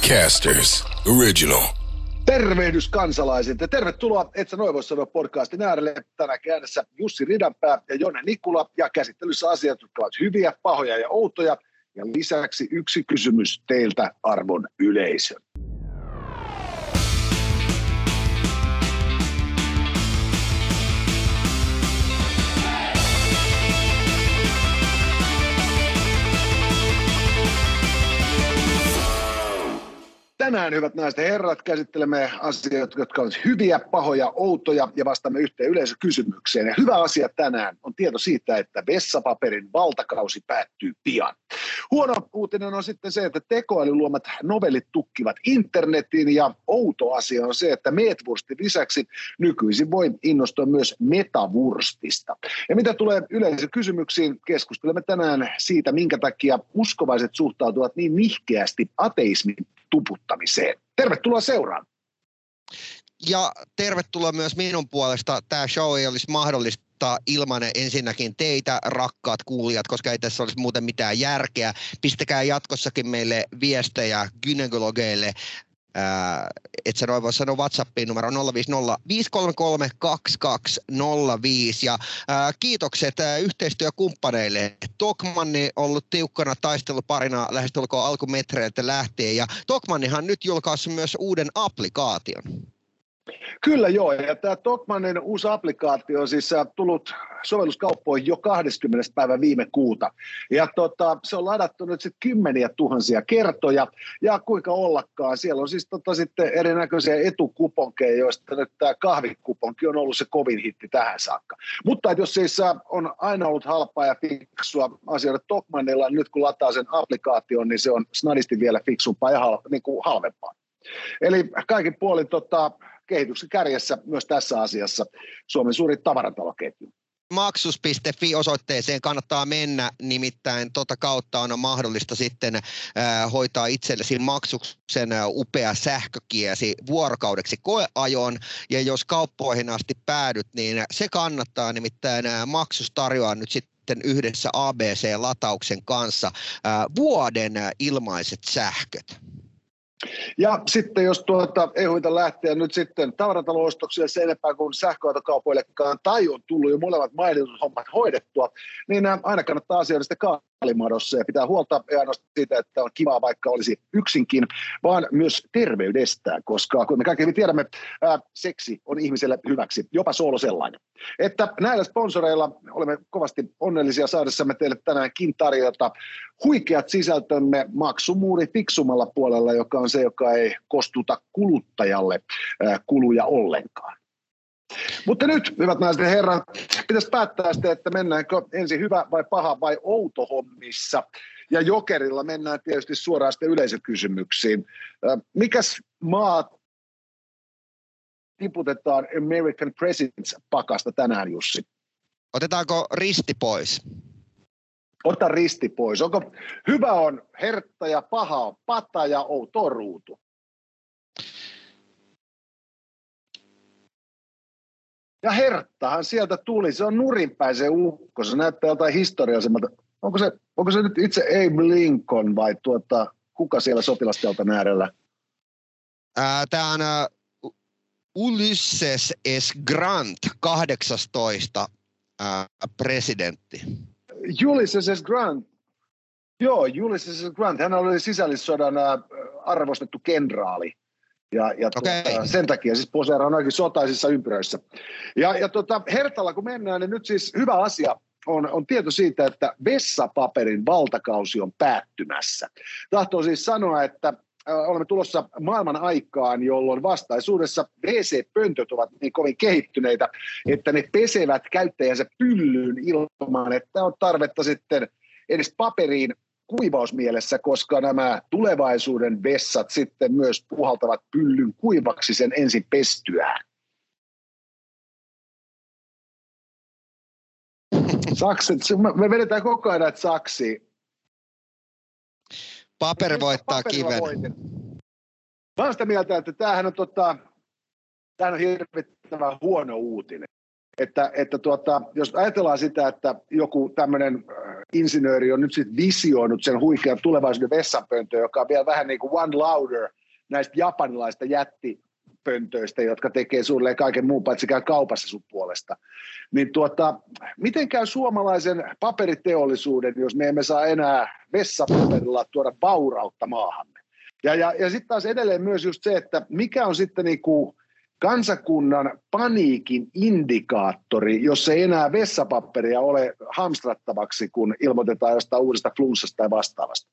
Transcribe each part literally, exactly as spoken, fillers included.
Podcasters Original. Tervehdys kansalaiset ja tervetuloa Et sä noin voi sanoa podcastin äärelle. Tänään äänessä Jussi Ridanpää ja Jone Nikula ja käsittelyssä asiat, jotka ovat hyviä, pahoja ja outoja. Ja lisäksi yksi kysymys teiltä, arvon yleisö. Tänään, hyvät naiset ja herrat, käsittelemme asioita, jotka ovat hyviä, pahoja, outoja ja vastaamme yhteen yleisökysymykseen. Ja hyvä asia tänään on tieto siitä, että vessapaperin valtakausi päättyy pian. Huono uutinen on sitten se, että tekoälyn luomat novellit tukkivat internetin, ja outo asia on se, että Metwurstin lisäksi nykyisin voi innostua myös Metawurstista. Ja mitä tulee yleisökysymyksiin, keskustelemme tänään siitä, minkä takia uskovaiset suhtautuvat niin nihkeästi ateismin tuputtamiseen. Tervetuloa seuraan. Ja tervetuloa myös minun puolesta. Tämä show ei olisi mahdollista ilman ensinnäkin teitä, rakkaat kuulijat, koska ei tässä olisi muuten mitään järkeä. Pistäkää jatkossakin meille viestejä gynekologeille. Ää, et sä noin voi sanoa WhatsAppiin numero nolla viisi nolla viisi kolme kolme kaksi kaksi nolla viisi. Ja ää, kiitokset ää, yhteistyökumppaneille. Tokmanni on ollut tiukkana taisteluparina lähestulkoon alkumetreiltä lähtien. Ja Tokmannihan nyt julkaissut myös uuden applikaation. Kyllä joo, ja tämä Tokmannin uusi applikaatio on siis tullut sovelluskauppoihin jo kahdeskymmenes päivä viime kuuta. Ja tota, se on ladattu nyt sitten kymmeniä tuhansia kertoja, ja kuinka ollakaan, siellä on siis tota sitten erinäköisiä etukuponkeja, joista nyt tämä kahvikuponki on ollut se kovin hitti tähän saakka. Mutta että jos siis on aina ollut halpaa ja fiksua asioida Tokmannilla, niin nyt kun lataa sen applikaation, niin se on snadisti vielä fiksumpaa ja hal, niin kuin halvempaa. Eli kaikin puolin tota, kehityksen kärjessä myös tässä asiassa Suomen suurin tavarataloketju. Maksus piste fi osoitteeseen kannattaa mennä, nimittäin tota kautta on mahdollista sitten äh, hoitaa itsellesi maksuksen äh, upea sähkökiesi vuorokaudeksi koeajon, ja jos kauppoihin asti päädyt, niin se kannattaa, nimittäin äh, maksus tarjoaa nyt sitten yhdessä A B C-latauksen kanssa äh, vuoden äh, ilmaiset sähköt. Ja sitten jos tuota ei huita lähteä nyt sitten tavaratalo-ostoksille sen enempää kuin sähköautokaupoillekaan, tai on tullut jo molemmat mainitut hommat hoidettua, niin aina kannattaa asioida sitten kaalimadossa ja pitää huolta ei ainoastaan siitä, että on kivaa vaikka olisi yksinkin, vaan myös terveydestään, koska kun me kaikki tiedämme, ää, seksi on ihmiselle hyväksi, jopa soolo sellainen. Että näillä sponsoreilla olemme kovasti onnellisia saadessamme teille tänäänkin tarjota huikeat sisältömme maksumuuri fiksumalla puolella, joka on se, joka ei kostuta kuluttajalle ää, kuluja ollenkaan. Mutta nyt, hyvät naiset ja herrat, pitäisi päättää sitten, että mennäänkö ensin hyvä vai paha vai outo hommissa. Ja Jokerilla mennään tietysti suoraan sitten yleisökysymyksiin. Mikäs maa tiputetaan American Presidents pakasta tänään, Jussi? Otetaanko risti pois? Ota risti pois. Onko hyvä on hertta ja paha on pata ja outo ruutu? Ja herttahan sieltä tuli, se on nurinpäin se ukko, se näyttää jotain historiallisemmalta. Onko se, onko se nyt itse Abe Lincoln vai tuota, kuka siellä sotilasteltan äärellä? Tämä on uh, Ulysses S. Grant, kahdeksastoista uh, presidentti. Ulysses S. Grant, joo, Ulysses S. Grant, hän oli sisällissodan uh, arvostettu kenraali. Ja, ja okay. tuota, sen takia siis poseeraa noikin sotaisissa ympyröissä. Ja, ja tuota, hertalla kun mennään, niin nyt siis hyvä asia on, on tieto siitä, että vessapaperin valtakausi on päättymässä. Tahtoo siis sanoa, että äh, olemme tulossa maailman aikaan, jolloin vastaisuudessa W C-pöntöt ovat niin kovin kehittyneitä, että ne pesevät käyttäjänsä pyllyyn ilman, että on tarvetta sitten edes paperiin kuivausmielessä, koska nämä tulevaisuuden vessat sitten myös puhaltavat pyllyn kuivaksi sen ensin pestyään. Sakset, me vedetään koko ajan näitä saksia. Paperi voittaa kiven. Mä oon sitä mieltä, että tämähän on, tota, tämähän on hirvittävän huono uutinen. Että, että tuota, jos ajatellaan sitä, että joku tämmöinen insinööri on nyt sitten visioinut sen huikean tulevaisuuden vessanpöntöön, joka on vielä vähän niin kuin one louder näistä japanilaista jättipöntöistä, jotka tekee suunnilleen kaiken muun paitsi käy kaupassa sun puolesta. Niin tuota, miten käy suomalaisen paperiteollisuuden, jos me emme saa enää vessapaperilla tuoda vaurautta maahamme? Ja, ja, ja sitten taas edelleen myös just se, että mikä on sitten niinku kansakunnan paniikin indikaattori, jos ei enää vessapaperia ole hamstrattavaksi, kun ilmoitetaan jostain uudesta flunssasta tai vastaavasta.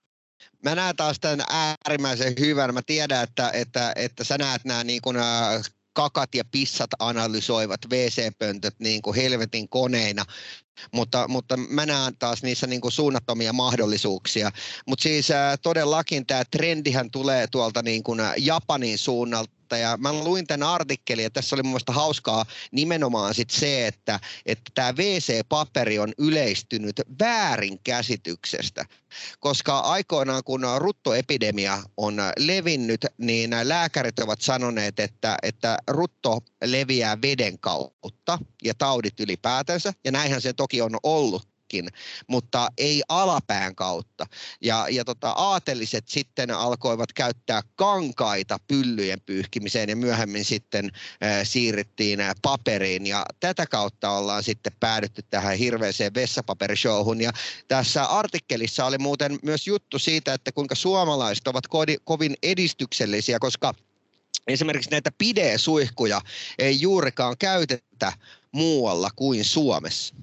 Mä näen taas tämän äärimmäisen hyvän. Mä tiedän, että, että, että sä näet nämä niin kuin, äh, kakat ja pissat analysoivat W C-pöntöt niin kuin helvetin koneina, mutta, mutta mä näen taas niissä niin kuin suunnattomia mahdollisuuksia. Mutta siis äh, todellakin tämä trendihän tulee tuolta niin kuin Japanin suunnalta. Ja mä luin tämän artikkelin, ja tässä oli mun mielestä hauskaa nimenomaan sit se, että että tämä W C-paperi on yleistynyt väärinkäsityksestä, koska aikoinaan kun ruttoepidemia on levinnyt, niin lääkärit ovat sanoneet, että, että rutto leviää veden kautta ja taudit ylipäätänsä, ja näinhän se toki on ollut. Mutta ei alapään kautta. Ja, ja tota, aateliset sitten alkoivat käyttää kankaita pyllyjen pyyhkimiseen ja myöhemmin sitten äh, siirryttiin äh, paperiin. Ja tätä kautta ollaan sitten päädytty tähän hirveäseen vessapaperishowhun. Ja tässä artikkelissa oli muuten myös juttu siitä, että kuinka suomalaiset ovat ko- kovin edistyksellisiä, koska esimerkiksi näitä pidesuihkuja ei juurikaan käytetä muualla kuin Suomessa.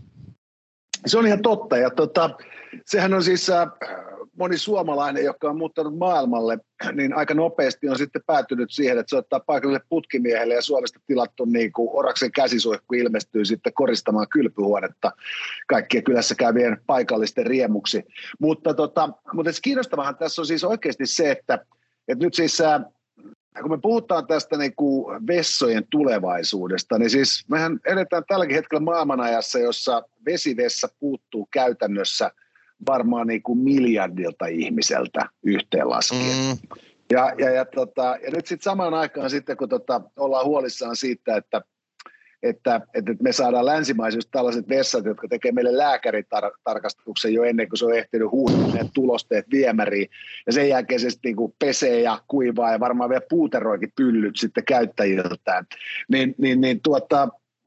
Se on ihan totta, ja tota, sehän on siis äh, moni suomalainen, joka on muuttanut maailmalle, niin aika nopeasti on sitten päätynyt siihen, että se ottaa paikalliselle putkimiehelle ja Suomesta tilattu niin kuin Oraksen käsisuihku ilmestyy sitten koristamaan kylpyhuonetta kaikkien kylässä käyvien paikallisten riemuksi. Mutta, tota, mutta kiinnostavahan tässä on siis oikeasti se, että, että nyt siis äh, kun me puhutaan tästä niin kuin vessojen tulevaisuudesta, niin siis mehän eletään tälläkin hetkellä maailmanajassa, jossa vesivessa puuttuu käytännössä varmaan niin kuin miljardilta ihmiseltä yhteenlaskien. Mm. Ja, ja, ja, tota, ja nyt sitten samaan aikaan sitten, kun tota, ollaan huolissaan siitä, että Että, että me saadaan länsimaisesti tällaiset vessat, jotka tekee meille lääkäritarkastuksen jo ennen kuin se on ehtinyt huuhtaa tulosteet viemäriin. Ja sen jälkeen se sitten niin kuin pesee ja kuivaa ja varmaan vielä puuteroikin pyllyt sitten käyttäjiltään. Niin, niin, niin, tuota,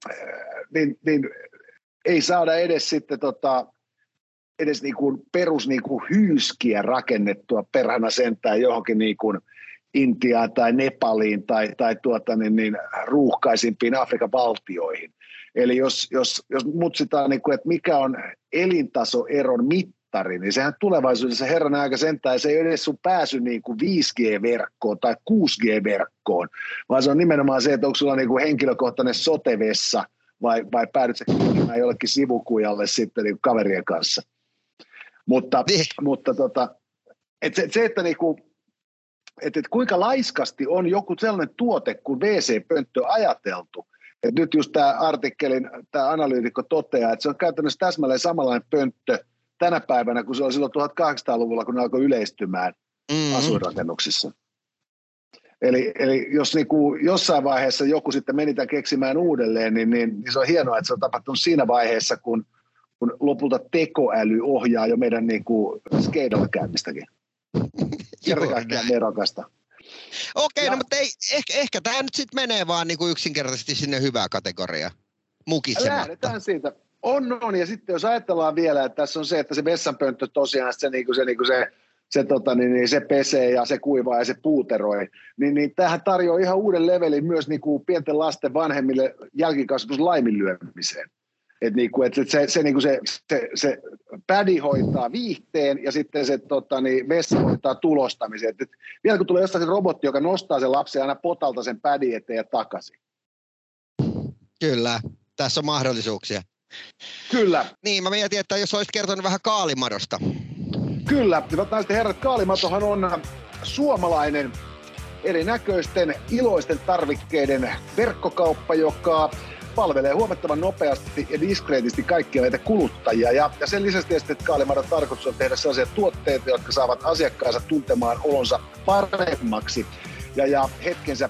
niin, niin ei saada edes sitten tota, edes niin kuin perus niin kuin hyyskiä rakennettua perhana sentään johonkin niin kuin Intiaan tai Nepaliin tai, tai tuota, niin, niin, ruuhkaisimpiin Afrikan valtioihin. Eli jos, jos, jos mutsitaan, niin kuin, että mikä on elintasoeron mittari, niin sehän tulevaisuudessa herran aika sentään, se ei ole edes sun pääsy niin kuin viisi G-verkkoon tai kuusi G-verkkoon, vaan se on nimenomaan se, että onko sulla niin kuin henkilökohtainen sotevessa vai, vai päädyt sä kirjoittamaan jollekin sivukujalle sitten niin kuin kaverien kanssa. Mutta, mutta tota, et se, se, että niin kuin Että et kuinka laiskasti on joku sellainen tuote kuin W C-pönttö ajateltu. Et nyt just tämä artikkelin, tämä analyytikko toteaa, että se on käytännössä täsmälleen samanlainen pönttö tänä päivänä, kun se oli silloin tuhatkahdeksansataaluvulla, kun ne alkoi yleistymään mm-hmm. asuinrakennuksissa. Eli, eli jos niinku jossain vaiheessa joku sitten meni tämän keksimään uudelleen, niin, niin, niin se on hienoa, että se on tapahtunut siinä vaiheessa, kun, kun lopulta tekoäly ohjaa jo meidän niinku skeidalla käymistäkin. Kertakään nerokasta. Okei, no mutta ei, ehkä, ehkä tämä nyt sitten menee vaan niinku yksinkertaisesti sinne hyvää kategoriaa. Mukitsematta. Lähdetään siitä. On, on. Ja sitten jos ajatellaan vielä, että tässä on se, että se vessanpönttö tosiaan se, niinku se, niinku se, se, tota, niin, niin se pesee ja se kuivaa ja se puuteroi, niin, niin tämähän tarjoaa ihan uuden levelin myös niinku pienten lasten vanhemmille jälkikasvatuslaiminlyömiseen. Että niinku, et se, se, niinku se, se, se pädi hoitaa viihteen ja sitten se tota, niin vessa hoitaa tulostamisen. Et, et vielä kun tulee jostain se robotti, joka nostaa sen lapsen aina potalta sen pädin eteen ja takaisin. Kyllä, tässä on mahdollisuuksia. Kyllä. Niin, mä mietin, että jos olisit kertonut vähän Kaalimadosta. Kyllä, hyvät naiset ja herrat, Kaalimatohan on suomalainen erinäköisten iloisten tarvikkeiden verkkokauppa, joka palvelee huomattavan nopeasti ja diskreetisti kaikkia näitä kuluttajia. Ja, ja sen lisäksi tietysti, että Kaalimadon tarkoitus on tehdä sellaisia tuotteita, jotka saavat asiakkaansa tuntemaan olonsa paremmaksi ja, ja hetkensä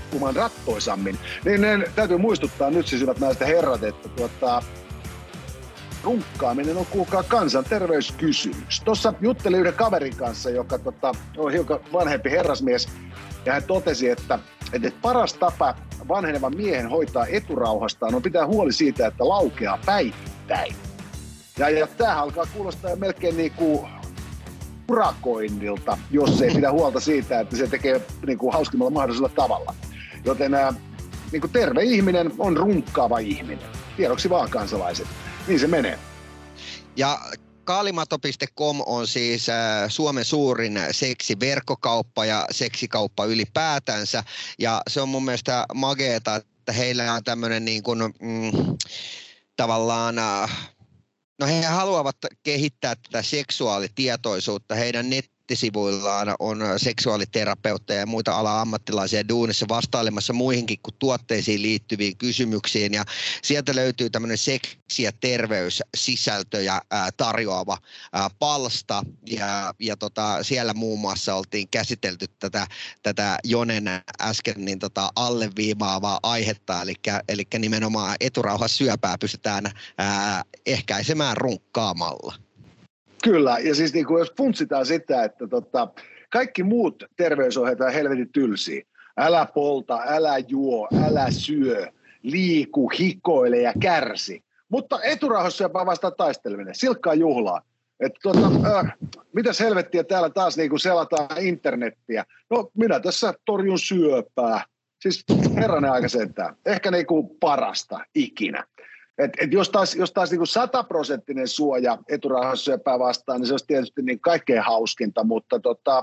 liikkumaan rattoisammin. Niin, niin täytyy muistuttaa nyt siis hyvät naiset ja herrat, että tuota, runkkaaminen on kuulkaa kansanterveyskysymys. Tuossa juttelin yhden kaverin kanssa, joka tota, on hiukan vanhempi herrasmies, ja hän totesi, että, että paras tapa vanhenevan miehen hoitaa eturauhastaan on pitää huoli siitä, että laukeaa päivittäin. Ja, ja tämähän alkaa kuulostaa melkein niin kuin urakoinnilta, jos ei pidä huolta siitä, että se tekee niin kuin hauskimmalla mahdollisella tavalla. Joten ää, niin kuin terve ihminen on runkkaava ihminen. Tiedoksi vaan kansalaiset. Niin se menee. Ja kaalimato piste com on siis äh, Suomen suurin seksiverkkokauppa ja seksikauppa ylipäätänsä. Ja se on mun mielestä mageeta, että heillä on tämmöinen niin kuin, mm, tavallaan, äh, no he haluavat kehittää tätä seksuaalitietoisuutta. Heidän nettisivuillaan on seksuaaliterapeutteja ja muita ala-ammattilaisia duunissa vastailemassa muihinkin kuin tuotteisiin liittyviin kysymyksiin. Ja sieltä löytyy tämmöinen seksi- ja terveyssisältöjä ää, tarjoava ää, palsta. Ja, ja tota, siellä muun muassa oltiin käsitelty tätä, tätä Jonen äsken niin tota, alleviimaavaa aihetta. Eli, eli nimenomaan eturauhassyöpää pystytään ää, ehkäisemään runkkaamalla. Kyllä, ja siis niin kuin jos funtsitaan sitä, että tota, kaikki muut terveysohjeet on helvetin tylsiä. Älä polta, älä juo, älä syö, liiku, hikoile ja kärsi. Mutta eturauhassyöpää vastaan taisteleminen, silkkaa juhlaa. Että tota, äh, mitäs helvettiä täällä taas niin kuin selataan internettiä? No minä tässä torjun syöpää. Siis herranen aika sentään. Ehkä niin kuin parasta ikinä. Et, et jos taas, jos taas niin kuin sataprosenttinen suoja eturauhassyöpää vastaan, niin se olisi tietysti niin kaikkein hauskinta, mutta tota,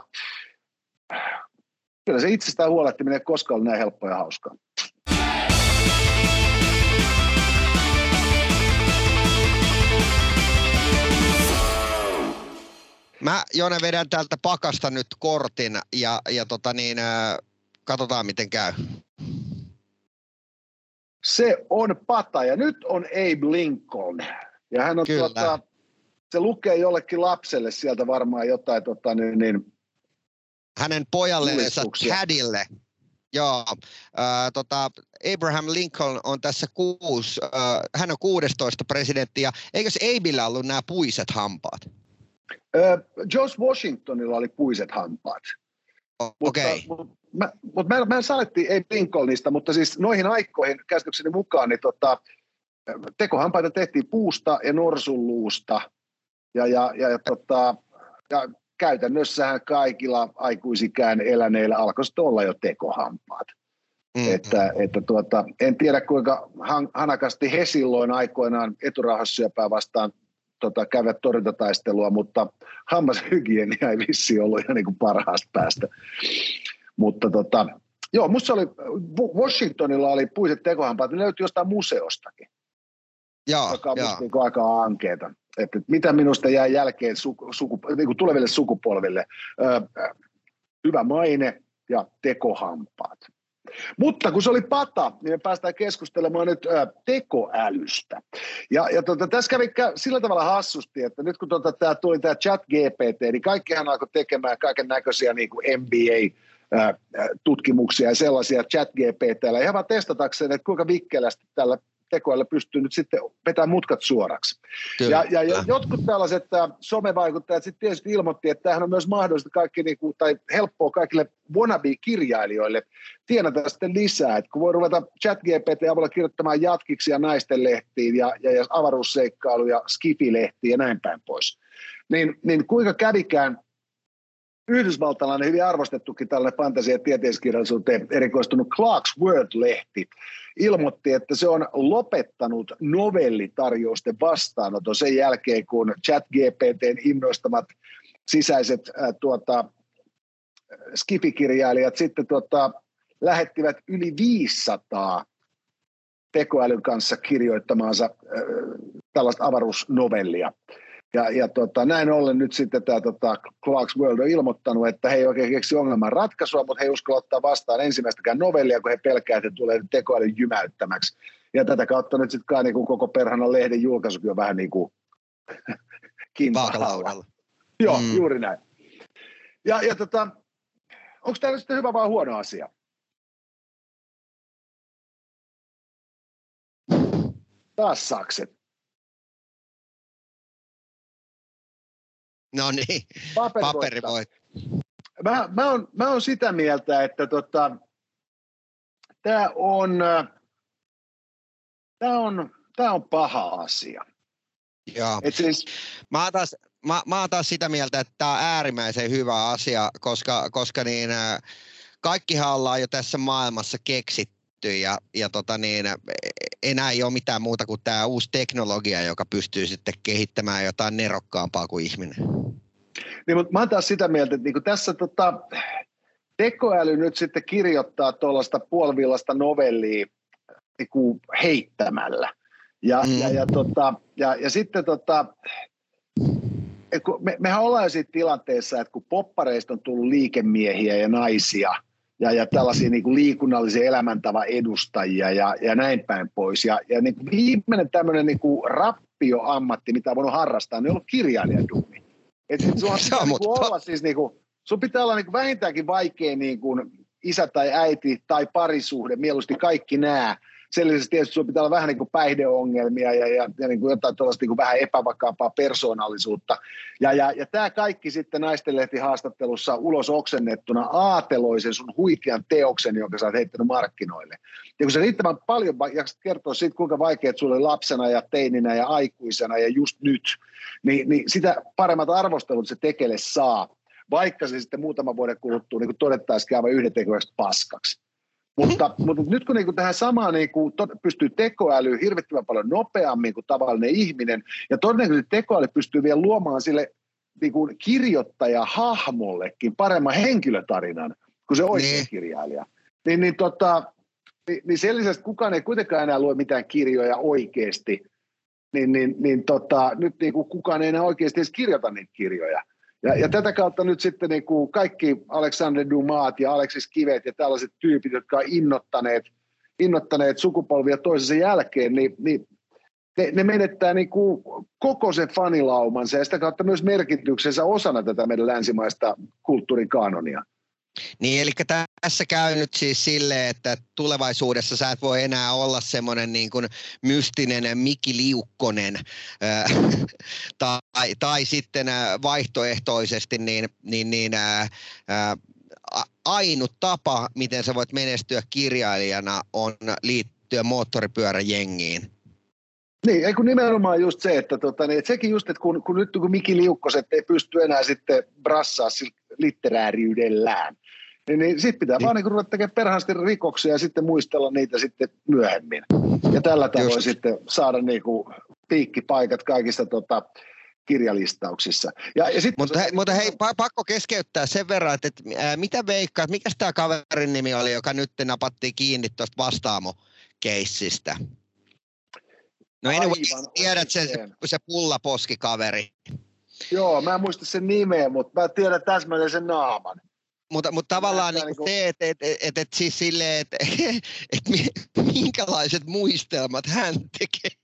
kyllä se itsestään huolehtiminen ei koskaan ole näin helppoa ja hauskaa. Mä, Jone, vedän täältä pakasta nyt kortin ja, ja tota niin, äh, katsotaan miten käy. Se on pata ja nyt on Abe Lincoln. Ja hän on tuota, se lukee jollekin lapselle sieltä varmaan jotain tota, niin, niin, hänen pojallensa Cadille. Joo, äh, tota, Abraham Lincoln on tässä kuusi, äh, hän on kuudestoista presidentti ja eikös Abella ollut nämä puiset hampaat? Äh, George Washingtonilla oli puiset hampaat. Okei. Okay. Mä, mut mä, mä salettiin Abe Lincolnista, mutta siis noihin aikoihin käsitykseni mukaan niin tota, tekohampaita tehtiin puusta ja norsunluusta. Ja, ja, ja, ja, tota, ja käytännössähän kaikilla aikuisikään eläneillä alkoi olla jo tekohampaat. Mm-hmm. Että, että tuota, en tiedä kuinka han, hanakasti he silloin aikoinaan eturauhassyöpää vastaan tota, käyvät torjuntataistelua, mutta hammashygienia ei vissiin ollut ihan niin kuin parhaasta päästä. Mutta tota, joo, musta oli, Washingtonilla oli puiset tekohampaat, ne löytyi jostain museostakin. Joo, joka on musta joo. niin aika ankeeta. Että mitä minusta jää jälkeen suku, suku, niin kuin tuleville sukupolville. Öö, hyvä maine ja tekohampaat. Mutta kun se oli pata, niin me päästään keskustelemaan nyt ö, tekoälystä. Ja, ja tota, tässä kävi sillä tavalla hassusti, että nyt kun tota, tää tuli tämä chat G P T, niin kaikkihan alkoi tekemään kaiken näköisiä niin kuin M B A-tutkimuksia ja sellaisia chat G P T:llä. Ihan vaan testatakseen, että kuinka vikkelästi tällä tekoälyllä pystyy nyt sitten vetämään mutkat suoraksi. Ja, ja, ja jotkut tällaiset äh, somevaikuttajat sitten tietysti ilmoitti, että tämähän on myös mahdollista kaikki, niin kuin, tai helppoa kaikille wannabe-kirjailijoille tienata sitten lisää. Et kun voi ruveta chat G P T avulla kirjoittamaan jatkiksi ja naistenlehtiin ja, ja, ja avaruusseikkailuja, skifilehtiin ja näin päin pois. Niin, niin kuinka kävikään yhdysvaltalainen hyvin arvostettukin tällainen fantasia- ja tieteiskirjallisuuteen erikoistunut Clark's World-lehti ilmoitti, että se on lopettanut novellitarjousten vastaanoton sen jälkeen, kun ChatGPT:n innostamat sisäiset äh, tuota, skifikirjailijat sitten tuota, lähettivät yli viisisataa tekoälyn kanssa kirjoittamaansa äh, tällaista avaruusnovellia. Ja, ja tota, näin ollen nyt sitten tämä tota, Clark's World on ilmoittanut, että he ei oikein keksi ongelman ratkaisua, mutta he ei uskalla ottaa vastaan ensimmäistäkään novellia, kun he pelkäävät, että tulee tekoälyn jymäyttämäksi. Ja tätä kautta nyt sitten kai niin kuin koko perhana lehden julkaisukin on vähän niin kuin vaakalaudalla. Joo, mm. juuri näin. Ja, ja tota, onko tämä sitten hyvä vai huono asia? Taas sakset. No niin, Paperi, paperi voit. Mä, mä, oon, mä oon sitä mieltä, että tota, tämä on, tää on, tää on paha asia. Joo. Et siis, mä, oon taas, mä, mä oon taas sitä mieltä, että tämä on äärimmäisen hyvä asia, koska, koska niin, kaikkihan ollaan jo tässä maailmassa keksitty ja, ja tota niin, enää ei ole mitään muuta kuin tämä uusi teknologia, joka pystyy sitten kehittämään jotain nerokkaampaa kuin ihminen. Niin, mutta mä oon taas sitä mieltä, että niinku tässä tota, tekoäly nyt sitten kirjoittaa tuollaista puolivillasta novellia niinku heittämällä. Ja, mm. ja, ja, tota, ja, ja sitten tota, me, mehän ollaan jo siitä tilanteessa, että kun poppareista on tullut liikemiehiä ja naisia ja, ja tällaisia niinku liikunnallisia elämäntavan edustajia ja, ja näin päin pois. Ja, ja niinku viimeinen tämmöinen niinku rappioammatti, mitä on voinut harrastaa, niin on ollut kirjailijaduuni. Että sit sun pitää niinku olla siis niinku, sun pitää olla niinku vähintäänkin vaikea niinku isä tai äiti tai parisuhde, mieluusti kaikki nämä. Sen lisäksi tietysti sun pitää olla vähän niinku päihdeongelmia ja, ja, ja niinku jotain tuollaista niinku vähän epävakaampaa persoonallisuutta. Ja, ja, ja tämä kaikki sitten naistenlehtihaastattelussa ulos oksennettuna aateloi sen sun huikean teoksen, jonka sä oot heittänyt markkinoille. Ja kun sä riittävän paljon jaksat kertoa siitä, kuinka vaikeat sulle lapsena ja teininä ja aikuisena ja just nyt, niin, niin sitä paremmat arvostelut se tekele saa, vaikka se sitten muutaman vuoden kuluttua niin todettaisiin aivan yhdentekevästi paskaksi. Mutta, mutta nyt kun niin tähän samaan niin kuin, to, pystyy tekoäly hirvittävän paljon nopeammin kuin tavallinen ihminen, ja todennäköisesti tekoäly pystyy vielä luomaan sille niin kuin kirjoittajahahmollekin paremman henkilötarinan kuin se oikea niin. kirjailija. Niin, niin, tota, niin, niin sen lisäksi kukaan ei kuitenkaan enää lue mitään kirjoja oikeasti, niin, niin, niin tota, nyt niin kuin kukaan ei enää oikeasti edes kirjoita niitä kirjoja. Ja, ja tätä kautta nyt sitten niin kuin kaikki Alexander Dumas ja Alexis Kivet ja tällaiset tyypit, jotka on innottaneet, innottaneet sukupolvia toisensa jälkeen, niin, niin ne, ne menettää niin kuin koko sen fanilaumansa ja sitä kautta myös merkityksensä osana tätä meidän länsimaista kulttuurikanonia. Niin, eli tässä käy nyt siis silleen, että tulevaisuudessa sä et voi enää olla semmoinen niin kuin mystinen Miki Liukkonen ää, tai, tai sitten vaihtoehtoisesti niin, niin, niin ää, ää, ainut tapa, miten sä voit menestyä kirjailijana, on liittyä moottoripyöräjengiin. Niin, ei kun nimenomaan just se, että, tota, niin, että sekin just, että kun, kun nyt kun Miki Liukkoset ei pysty enää sitten brassaa litterääriydellään, niin, niin sitten pitää niin. vaan niin ruveta tekemään perhaasti rikoksia ja sitten muistella niitä sitten myöhemmin. Ja tällä tavoin just. sitten saada niin kuin piikkipaikat kaikista tota, kirjalistauksissa. Ja, ja sit, mutta, he, mutta hei, pakko keskeyttää sen verran, että, että ää, mitä veikkaat, mikä tämä kaverin nimi oli, joka nyt napattiin kiinni tuosta Vastaamo-keissistä? No anyway, tiedät sen, se, se pullaposkikaveri. Joo, mä en muista sen nimeä, mutta mä tiedän täsmälleen sen naaman. Mutta, mutta tavallaan niin kuin se, että et, et, et, et siis silleen, että et, minkälaiset muistelmat hän tekee.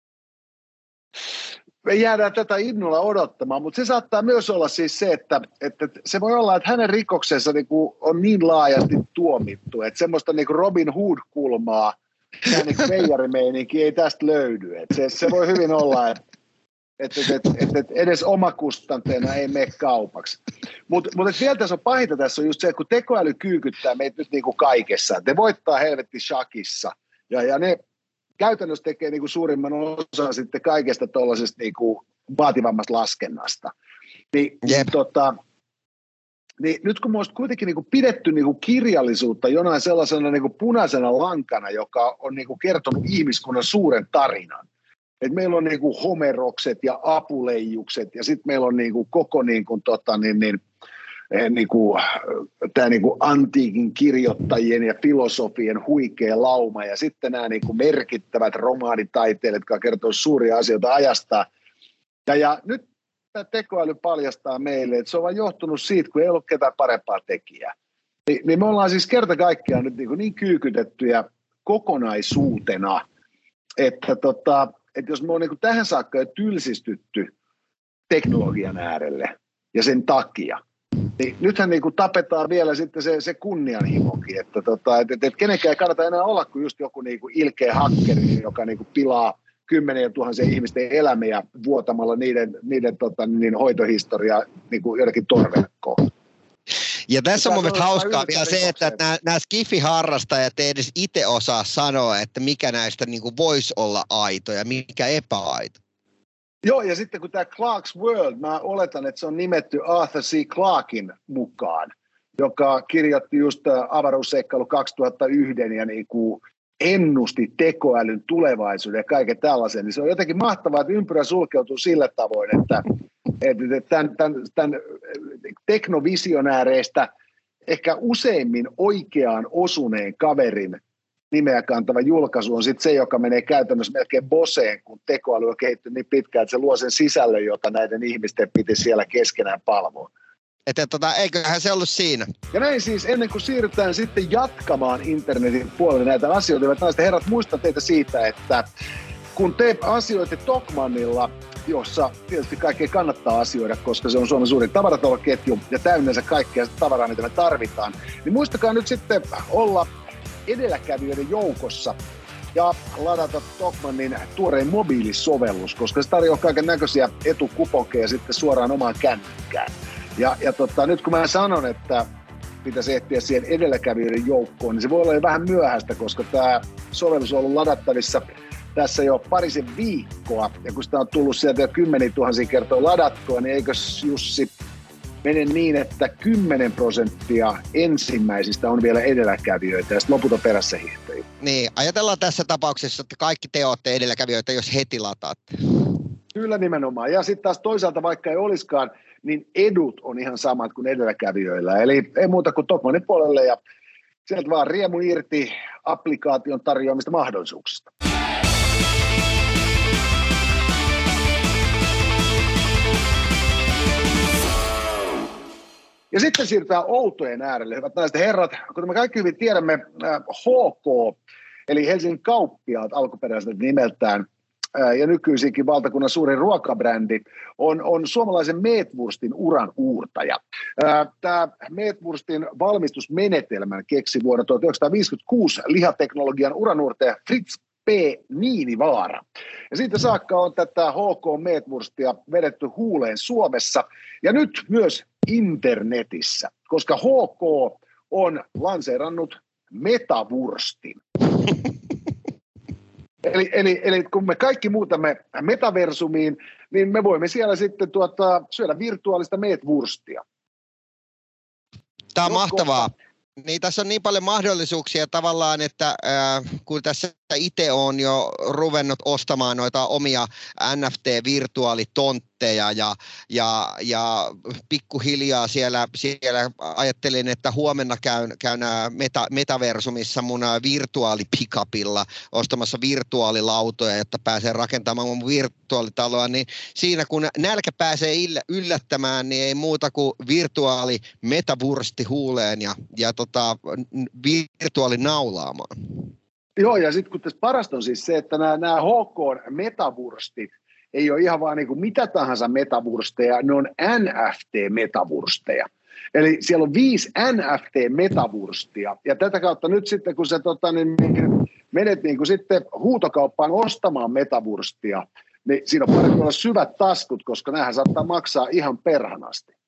Me jäädään tätä innolla odottamaan, mutta se saattaa myös olla siis se, että, että se voi olla, että hänen rikoksensa niin kuin on niin laajasti tuomittu, että semmoista niin kuin Robin Hood-kulmaa, tämä niin veijarimeininki ei tästä löydy. Et se, se voi hyvin olla, että et, et, et, et edes omakustanteena ei mene kaupaksi. Mutta mut vielä tässä on pahinta tässä on just se, että kun tekoäly kyykyttää meitä nyt niin kuin kaikessa, ne voittaa helvetti shakissa ja, ja ne käytännössä tekee niin kuin suurimman osan sitten kaikesta tuollaisesta niin kuin vaativammasta laskennasta. Ni, niin, tota, niin nyt kun me olisi kuitenkin niin kuin pidetty niin kuin kirjallisuutta jonain sellaisena niin kuin punaisena lankana, joka on niin kuin kertonut ihmiskunnan suuren tarinan. Et meillä on niin kuin Homerokset ja Apuleijukset ja sitten meillä on niin kuin koko niin kuin, tota, niin, niin, niin kuin, tämä niin kuin antiikin kirjoittajien ja filosofien huikea lauma ja sitten nämä niin kuin merkittävät romaanitaiteilijat, jotka kertoo suuria asioita ajasta. Ja, ja nyt tämä tekoäly paljastaa meille, että se on vain johtunut siitä, kun ei ollut ketään parempaa tekijää. Ni, niin me ollaan siis kerta kaikkiaan nyt niin, niin kyykytettyjä kokonaisuutena, että, tota, että jos me on niin kuin tähän saakka jo tylsistytty teknologian äärelle ja sen takia, niin nythän niin kuin tapetaan vielä sitten se, se kunnianhimokin, että, tota, että, että kenenkään ei kannata enää olla kuin just joku niin kuin ilkeä hakkeri, joka niin kuin pilaa kymmenien tuhansien ihmisten elämiä vuotamalla niiden, niiden tota, niin hoitohistoriaa niin kuin jotenkin torverkkoon. Ja tässä on mun mielestä hauskaa vielä se, että nämä, nämä skifi-harrastajat ei edes itse osaa sanoa, että mikä näistä niin kuin voisi olla aito ja mikä epäaito. Joo, ja sitten kun tämä Clark's World, mä oletan, että se on nimetty Arthur C. Clarkin mukaan, joka kirjoitti just avaruusseikkailu kaksituhattayksi ja niin kuin ennusti tekoälyn tulevaisuuden ja kaiken tällaisen. Niin se on jotenkin mahtavaa, että ympyrä sulkeutuu sillä tavoin, että, että tämän, tämän, tämän teknovisionääreistä ehkä useimmin oikeaan osuneen kaverin nimeä kantava julkaisu on sitten se, joka menee käytännössä melkein boseen, kun tekoäly on kehittynyt niin pitkään, että se luo sen sisällön, jota näiden ihmisten piti siellä keskenään palvoa. Että tota, eiköhän se ollut siinä. Ja näin siis ennen kuin siirrytään sitten jatkamaan internetin puolelle näitä asioita, hyvät naiset herrat, muistan teitä siitä, että kun te asioitte Tokmannilla, jossa tietysti kaikkea kannattaa asioida, koska se on Suomen suurin tavarataloketju ja täynnänsä kaikkea tavaraa, mitä me tarvitaan, niin muistakaa nyt sitten olla edelläkävijöiden joukossa ja ladata Tokmannin tuorein mobiilisovellus, koska se tarjoaa kaiken näköisiä etukuponkeja sitten suoraan omaan kännykkään. Ja, ja tota, nyt kun mä sanon, että pitäisi ehtiä siihen edelläkävijöiden joukkoon, niin se voi olla jo vähän myöhäistä, koska tämä sovellus on ollut ladattavissa tässä jo parisen viikkoa. Ja kun sitä on tullut sieltä jo kymmeniä tuhansia kertoa ladattua, niin eikös Jussi mene niin, että kymmenen prosenttia ensimmäisistä on vielä edelläkävijöitä ja sitten loput on perässä hiihtäjiä. Niin, ajatellaan tässä tapauksessa, että kaikki te olette edelläkävijöitä, jos heti lataatte. Kyllä nimenomaan. Ja sitten taas toisaalta, vaikka ei olisikaan, niin edut on ihan samat kuin edelläkävijöillä. Eli ei muuta kuin Tokmannin puolelle ja sieltä vaan riemu irti applikaation tarjoamista mahdollisuuksista. Ja sitten siirrytään outojen äärelle, hyvät naiset ja herrat. Kuten me kaikki hyvin tiedämme, H K, eli Helsingin kauppiaat alkuperäiseltä nimeltään, ja nykyisinkin valtakunnan suurin ruokabrändi, on, on suomalaisen meetwurstin uran uurtaja. Tämä meetwurstin valmistusmenetelmän keksi vuonna tuhatyhdeksänsataaviisikymmentäkuusi lihateknologian uranuurtaja Fritz P. Niinivaara. Ja siitä saakka on tätä H K meetwurstia vedetty huuleen Suomessa ja nyt myös internetissä, koska H K on lanseerannut metavurstin. Eli, eli, eli kun me kaikki muutamme metaversumiin, niin me voimme siellä sitten tuota, syödä virtuaalista meetwurstia. Tämä on mahtavaa. Niin, tässä on niin paljon mahdollisuuksia tavallaan, että äh, kun tässä itse on jo ruvennut ostamaan noita omia N F T-virtuaalitontteja ja, ja, ja pikkuhiljaa siellä, siellä ajattelin, että huomenna käyn, käyn meta, metaversumissa mun virtuaalipikapilla ostamassa virtuaalilautoja, jotta pääsee rakentamaan mun virtuaalitaloa, niin siinä kun nälkä pääsee yllättämään, niin ei muuta kuin virtuaali metavursti huuleen ja, ja tota, virtuaalinaulaamaan. Joo, ja sitten kun tässä parasta on siis se, että nämä, nämä H K-metavurstit ei ole ihan vaan niin kuin mitä tahansa metavursteja, ne on N F T-metavursteja. Eli siellä on viisi N F T-metavurstia, ja tätä kautta nyt sitten, kun sä tota, niin, menet niin kuin sitten huutokauppaan ostamaan metavurstia, niin siinä on parempi olla syvät taskut, koska näähän saattaa maksaa ihan perhanasti.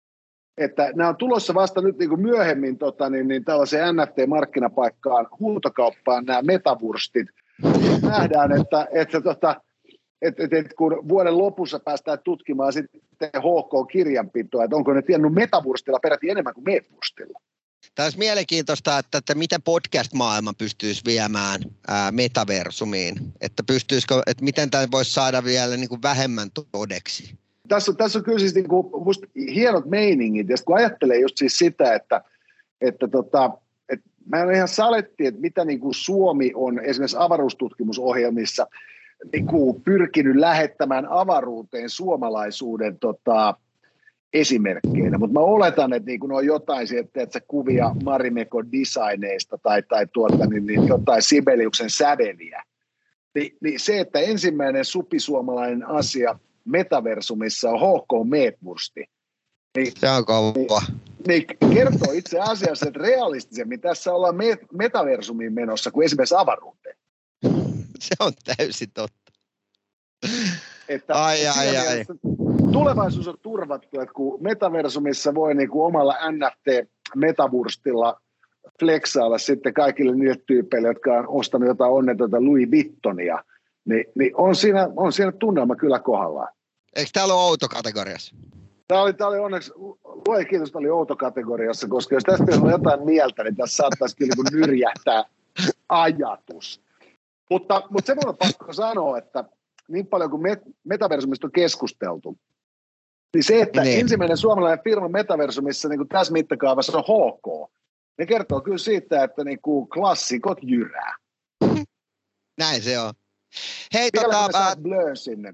Että nämä on tulossa vasta nyt niin kuin myöhemmin tota, niin, niin tällaiseen N F T-markkinapaikkaan, huutokauppaan nämä metavurstit. Nähdään, että, että, tota, että, että, että kun vuoden lopussa päästään tutkimaan sitten H K-kirjanpitoa, että onko ne tiennyt metavurstilla peräti enemmän kuin meetwurstilla. Tämä olisi mielenkiintoista, että, että miten podcast-maailma pystyisi viemään ää, metaversumiin, että, pystyisikö, että miten tämä voisi saada vielä niin kuin vähemmän todeksi. Tässä on, tässä on kyllä siis niin kuin, musta hienot meiningit, ja kun ajattelee just siis sitä, että, että, tota, että mä en ihan saletti, että mitä niin kuin Suomi on esimerkiksi avaruustutkimusohjelmissa niin kuin pyrkinyt lähettämään avaruuteen suomalaisuuden tota, esimerkkeinä, mutta mä oletan, että niin kuin on jotain sieltä, että kuvia Marimekon designeista tai, tai tuota, niin, niin jotain Sibeliuksen säveliä, Ni, niin se, että ensimmäinen supisuomalainen asia metaversumissa on H K meetwursti. Niin, se on kova. Niin, niin kertoo itse asiassa, että realistisemmin tässä ollaan met- metaversumiin menossa kuin esimerkiksi avaruuteen. Se on täysin totta. Että ai, ai, ai. Tulevaisuus on turvattu, että kun metaversumissa voi niin kuin omalla N F T-metaburstilla flexailla sitten kaikille niille tyypeille, jotka on ostanut jotain onnetonta Louis Vuittonia, niin, niin on, siinä, on siinä tunnelma kyllä kohdallaan. Eikö täällä ole outokategoriassa? Tämä oli, tämä oli onneksi, lue kiitos, tämä oli outokategoriassa, koska jos tästä on jotain mieltä, niin tässä saattaisi kyllä niin nyrjähtää ajatus. Mutta, mutta se on pakko sanoa, että niin paljon kuin met- metaversumista on keskusteltu, niin se, että niin. ensimmäinen suomalainen firma metaversumissa niin kuin tässä mittakaavassa on H K, ne kertoo kyllä siitä, että niin kuin klassikot jyrää. Näin se on. Hei, Mikä tota... me saat Blöön sinne?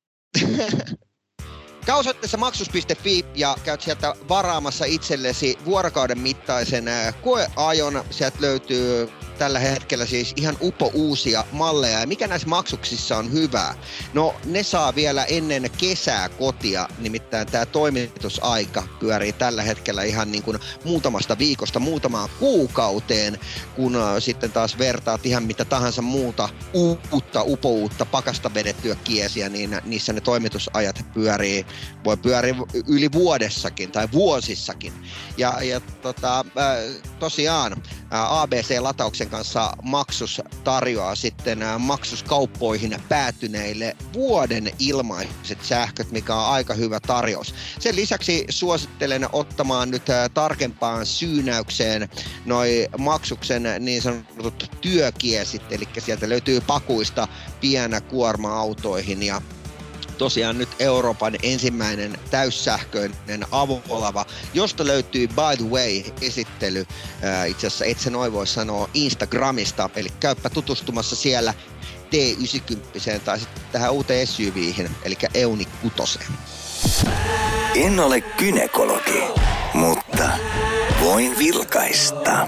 Käy osoitteessa maksus piste fi ja käyt sieltä varaamassa itsellesi vuorokauden mittaisen koeajon. Sieltä löytyy tällä hetkellä siis ihan upo uusia malleja. Ja mikä näissä maksuksissa on hyvää? No ne saa vielä ennen kesää kotia, nimittäin tämä toimitusaika pyörii tällä hetkellä ihan niin kuin muutamasta viikosta muutamaan kuukauteen, kun sitten taas vertaat ihan mitä tahansa muuta uutta, upouutta, pakasta vedettyä kiesiä, niin niissä ne toimitusajat pyörii, voi pyöriä yli vuodessakin tai vuosissakin. Ja, ja tota, tosiaan A B C-latauksen kanssa Maksus tarjoaa sitten maksuskauppoihin päätyneille vuoden ilmaiset sähköt, mikä on aika hyvä tarjous. Sen lisäksi suosittelen ottamaan nyt tarkempaan syynäykseen noi Maksuksen niin sanotut työkiesit, eli sieltä löytyy pakuista pienä kuorma-autoihin ja tosiaan nyt Euroopan ensimmäinen täyssähköinen avolava, josta löytyy by the way esittely, ää, itse asiassa et sä noin voi sanoa Instagramista, eli käyppä tutustumassa siellä T yhdeksänkymmentä tai sitten tähän uuteen S U V:hin, eli Euni kutoseen. En ole gynekologi, mutta voin vilkaista.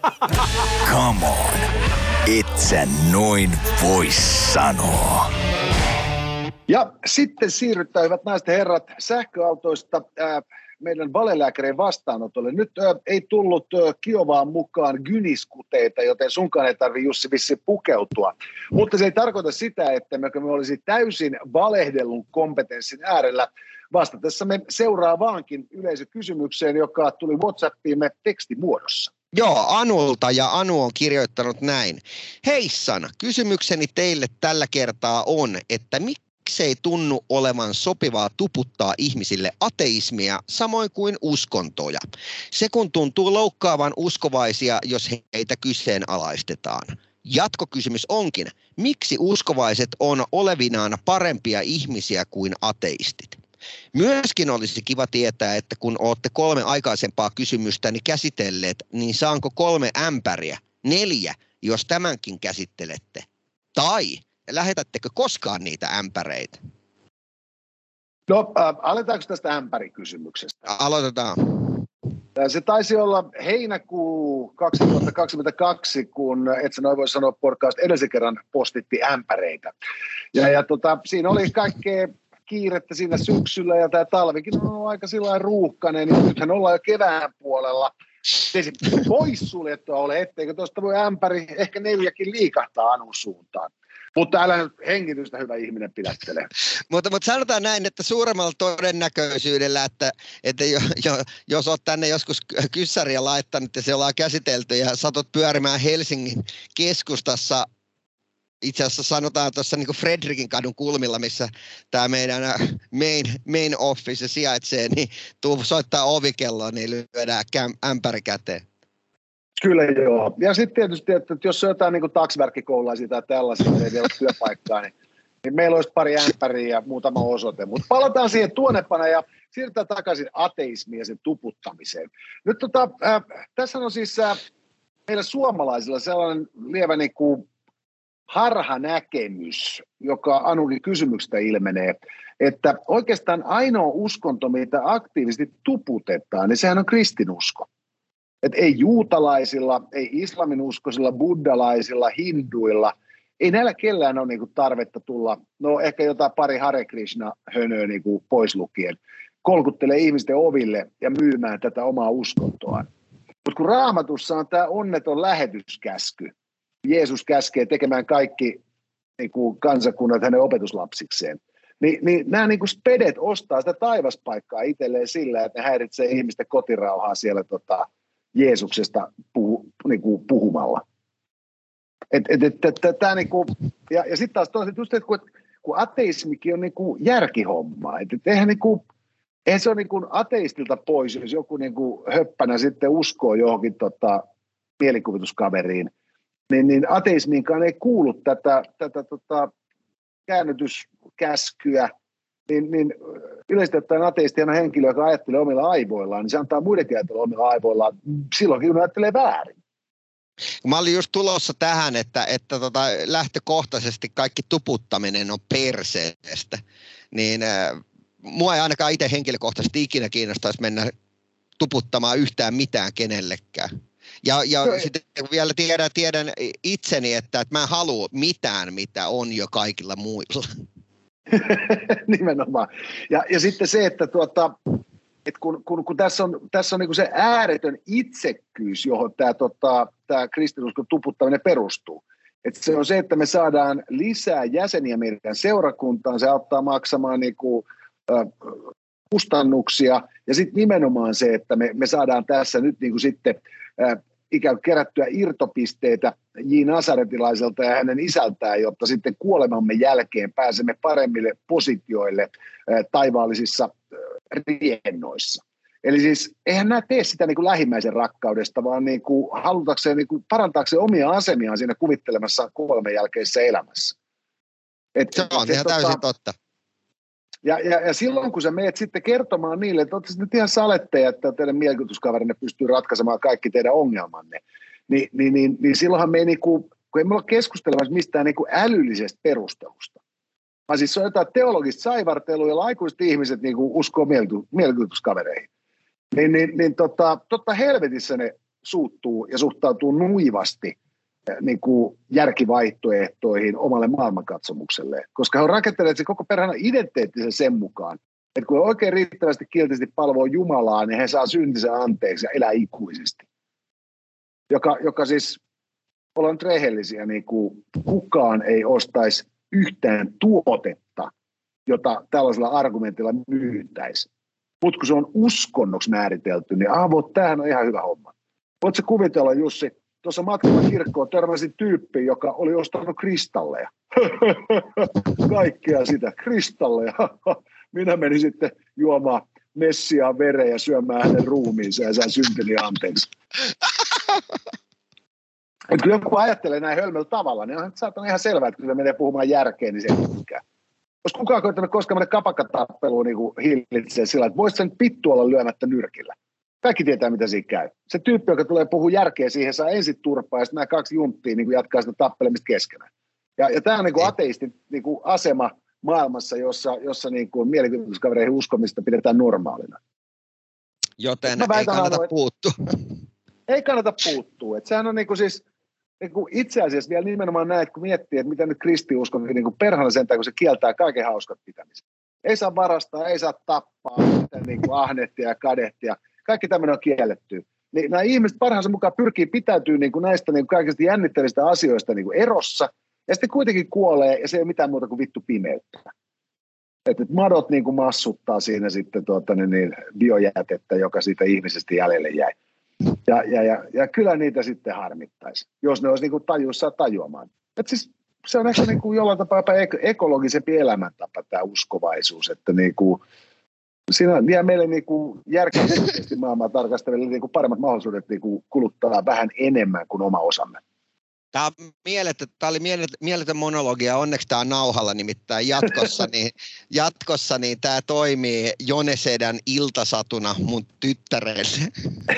Come on, et sä noin voi sanoa. Ja sitten siirrytään, hyvät naiset ja herrat, sähköautoista ää, meidän valelääkärin vastaanotolle. Nyt ää, ei tullut ää, Kiovaan mukaan gyniskuteita, joten sunkaan ei tarvitse Jussi vissi pukeutua. Mutta se ei tarkoita sitä, että me, me olisi täysin valehdellun kompetenssin äärellä vastatessamme seuraavaankin yleisökysymykseen, joka tuli WhatsAppiimme tekstimuodossa. Joo, Anulta, ja Anu on kirjoittanut näin. Heissan, kysymykseni teille tällä kertaa on, että miksi ei tunnu olevan sopivaa tuputtaa ihmisille ateismia samoin kuin uskontoja? Se kun tuntuu loukkaavan uskovaisia, jos heitä kyseenalaistetaan. Jatkokysymys onkin, miksi uskovaiset on olevinaan parempia ihmisiä kuin ateistit? Myöskin olisi kiva tietää, että kun olette kolme aikaisempaa kysymystäni käsitelleet, niin saanko kolme ämpäriä, neljä, jos tämänkin käsittelette? Tai lähetättekö koskaan niitä ämpäreitä? No, äh, aletaanko tästä ämpärikysymyksestä? Aloitetaan. Se taisi olla heinäkuu kaksituhattakaksikymmentäkaksi, kun et sä noin voi sanoa podcast edellisen kerran postitti ämpäreitä. Ja, ja tota, siinä oli kaikkea kiirettä siinä syksyllä ja tämä talvikin on ollut aika sillä ruuhkainen, niin nythän ollaan jo kevään puolella. Se ei poissuljettua ole, etteikö tuosta voi ämpäri ehkä neljäkin liikahtaa Anun suuntaan. Mutta älä nyt hengitystä, hyvä ihminen, pidättele. mutta, mutta sanotaan näin, että suuremmalla todennäköisyydellä, että, että jo, jo, jos olet tänne joskus kyssäriä laittanut ja se ollaan käsitelty ja satut pyörimään Helsingin keskustassa, itse asiassa sanotaan tuossa niin kuin Fredrikin kadun kulmilla, missä tämä meidän main, main office sijaitsee, niin tuu soittaa ovikelloa, niin lyödään ämpäri käteen. Kyllä joo. Ja sitten tietysti, että jos on jotain niin taksiverkkikoululaisia tai tällaisia, ei vielä ole työpaikkaa, niin, niin meillä olisi pari ämpäriä ja muutama osoite. Mutta palataan siihen tuonnepana ja siirrytään takaisin ateismiin ja sen tuputtamiseen. Nyt tota, äh, tässä on siis äh, meillä suomalaisilla sellainen lievä niin kuin harhanäkemys, joka Anunkin kysymyksestä ilmenee, että oikeastaan ainoa uskonto, mitä aktiivisesti tuputetaan, niin sehän on kristinusko. Että ei juutalaisilla, ei islaminuskoisilla, buddalaisilla, hinduilla, ei näillä kellään ole niinku tarvetta tulla, no ehkä jotain pari Hare Krishna-hönöä niinku pois lukien, kolkuttelee ihmisten oville ja myymään tätä omaa uskontoaan. Mutta kun Raamatussa on tämä onneton lähetyskäsky, Jeesus käskee tekemään kaikki niin kuin kansakunnat hänen opetuslapsikseen. Ni, niin nämä niin kuin spedet ostaa sitä taivaspaikkaa itselleen sillä, että ne häiritsee ihmisten kotirauhaa siellä tota, Jeesuksesta puhu, niin kuin puhumalla. Et, et, et, et, et, tää niinku, ja ja sitten taas toisaalta just, että kun, kun ateismikin on niinku järkihommaa, että et eihän, niinku, eihän se ole niinku ateistilta pois, jos joku niinku höppänä sitten uskoo johonkin tota, mielikuvituskaveriin, niin, niin ateismiinkaan ei kuulu tätä, tätä tota, käännytyskäskyä, niin, niin yleisesti ottaen ateisti on henkilö, joka ajattelee omilla aivoillaan, niin se antaa muidenkin ajatella omilla aivoillaan silloinkin, kun ajattelee väärin. Mä olin just tulossa tähän, että, että tota, lähtökohtaisesti kaikki tuputtaminen on perseestä, niin äh, mua ei ainakaan itse henkilökohtaisesti ikinä kiinnostaisi mennä tuputtamaan yhtään mitään kenellekään. Ja, ja no, sitten vielä tiedän, tiedän itseni, että, että mä en halua mitään, mitä on jo kaikilla muilla. Nimenomaan. Ja, ja sitten se, että tuota, et kun, kun, kun tässä on, tässä on niinku se ääretön itsekkyys, johon tämä tota, tää kristinuskon tuputtaminen perustuu. Et se on se, että me saadaan lisää jäseniä meidän seurakuntaan, se auttaa maksamaan niinku, äh, kustannuksia, ja sitten nimenomaan se, että me, me saadaan tässä nyt niinku sitten äh, ikään kuin kerättyä irtopisteitä J. Nasaretilaiselta ja hänen isältään, jotta sitten kuolemamme jälkeen pääsemme paremmille positioille äh, taivaallisissa äh, riennoissa. Eli siis eihän nämä tee sitä niin kuin lähimmäisen rakkaudesta, vaan niin kuin halutakseen niin kuin parantaakseen omia asemiaan siinä kuvittelemassa kuoleman jälkeisessä elämässä. Et, se on ihan täysin tota, totta. Ja, ja, ja silloin, kun sä meet sitten kertomaan niille, että olette nyt ihan saletteja, että teidän mielikuvituscaverinne pystyy ratkaisemaan kaikki teidän ongelmanne, niin, niin, niin, niin silloinhan me ei, niin kuin, kun ei me olla keskustelemassa mistään niin kuin älyllisestä perustelusta, vaan siis se on jotain teologista saivartelua, jolla aikuiset ihmiset niin kuin uskoo mielikuvituskavereihin. Niin, niin, niin tota, totta helvetissä ne suuttuu ja suhtautuu nuivasti niin kuin järkivaihtoehtoihin omalle maailmankatsomukselle, koska he on rakentaneet se koko perhana identiteettisen sen mukaan, että kun he oikein riittävästi kiltisti palvoo Jumalaa, niin he saa syntinsä anteeksi ja elää ikuisesti. Joka, joka siis, ollaan rehellisiä, niin kuin kukaan ei ostaisi yhtään tuotetta, jota tällaisella argumentilla myytäisi. Mutta kun se on uskonnoksi määritelty, niin aah, tämähän on ihan hyvä homma. Voitko kuvitella, Jussi, tuossa matkalla kirkkoon törmäsin tyyppiin, joka oli ostanut kristalleja. Kaikkea sitä, kristalleja. Minä menin sitten juomaan Messiaan veren ja syömään hänen ruumiinsa ja sain syntini anteeksi. Et kun joku ajattelee näin hölmällä tavalla, niin on saatana ihan selvää, että kun se menee puhumaan järkeen, niin se ei mikään. Olisi kukaan koittanut koskaan mennä kapakkatappeluun niin hillitsee sillä, että voisi sen pittu olla lyömättä nyrkillä. Kaikki tietää, mitä siinä käy. Se tyyppi, joka tulee puhua järkeä siihen, saa ensin turpaa, ja sitten nämä kaksi junttia niin jatkaa sitä tappelemista keskenään. Ja, ja tämä on niin ateistin niin asema maailmassa, jossa, jossa niin mielikuvituskavereihin uskomista pidetään normaalina. Joten ei kannata arvo, puuttua. Ei kannata puuttua. Et sehän on niin kuin siis, niin kuin itse asiassa vielä nimenomaan näet, kun miettii, että mitä nyt kristiusko niin kuin perhana sentään, kun se kieltää kaiken hauskat pitämisen. Ei saa varastaa, ei saa tappaa, niin kuin ahnehtia ja kadehtia. Kaikki tämmöinen on kielletty. Niin nämä ihmiset parhaansa mukaan pyrkii pitäytyy niin kuin näistä niin kuin kaikista jännittävistä asioista niin kuin erossa, ja sitten kuitenkin kuolee, ja se ei ole mitään muuta kuin vittu pimeyttä. Että et madot niin kuin massuttaa siinä sitten tuota, niin, niin, biojätettä, joka siitä ihmisestä jäljelle jäi. Ja, ja, ja, ja kyllä niitä sitten harmittaisi, jos ne olisi niin kuin tajuissaan tajuamaan. Et siis se on ehkä niin kuin jollain tapaa ekologisempi elämäntapa tämä uskovaisuus, että niin kuin siinä jää meille niinku järkevästi maailmaa tarkastaville niinku paremmat mahdollisuudet niinku kuluttaa vähän enemmän kuin oma osamme. Tämä, mieletön, tämä oli mieletön monologia, onneksi tämä on nauhalla nimittäin jatkossa, niin, jatkossa niin tämä toimii Jonesedän iltasatuna mun tyttärelle.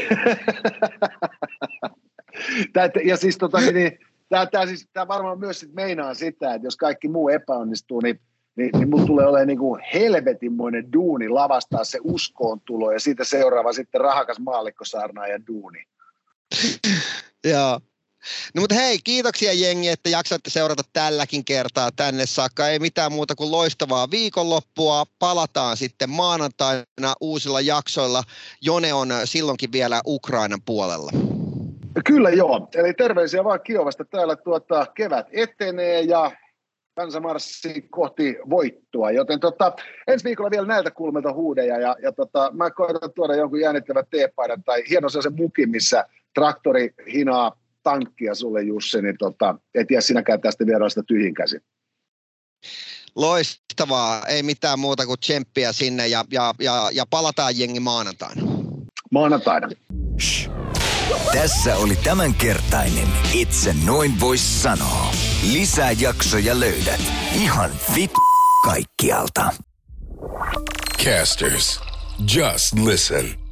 Tämä, ja siis tota, niin, tämä, tämä, siis, tämä varmaan myös sit meinaa sitä, että jos kaikki muu epäonnistuu, niin Niin, niin mun tulee olemaan niin kuin helvetinmoinen duuni lavastaa se uskoon tulo ja siitä seuraava sitten rahakas maallikkosaarnaajan duuni. Joo. No mutta hei, kiitoksia jengi, että jaksoitte seurata tälläkin kertaa tänne saakka. Ei mitään muuta kuin loistavaa viikonloppua. Palataan sitten maanantaina uusilla jaksoilla. Jone on silloinkin vielä Ukrainan puolella. Kyllä joo. Eli terveisiä vaan Kiovasta. Täällä tuota, kevät etenee ja Kansanmarssi kohti voittoa, joten tota, ensi viikolla vielä näiltä kulmilta huudeja ja, ja tota, mä koitan tuoda jonkun jännittävän teepaidan tai hienon sellaisen mukin, missä traktori hinaa tankkia sulle, Jussi, niin tota, et jää sinäkään tästä vieraista tyhjin käsin. Loistavaa, ei mitään muuta kuin tsemppiä sinne ja, ja, ja, ja palataan jengi maanantaina. Maanantaina. Shh. Tässä oli tämänkertainen Itse noin vois sanoa. Lisää jaksoja löydät ihan vit kaikkialta. Casters, just listen.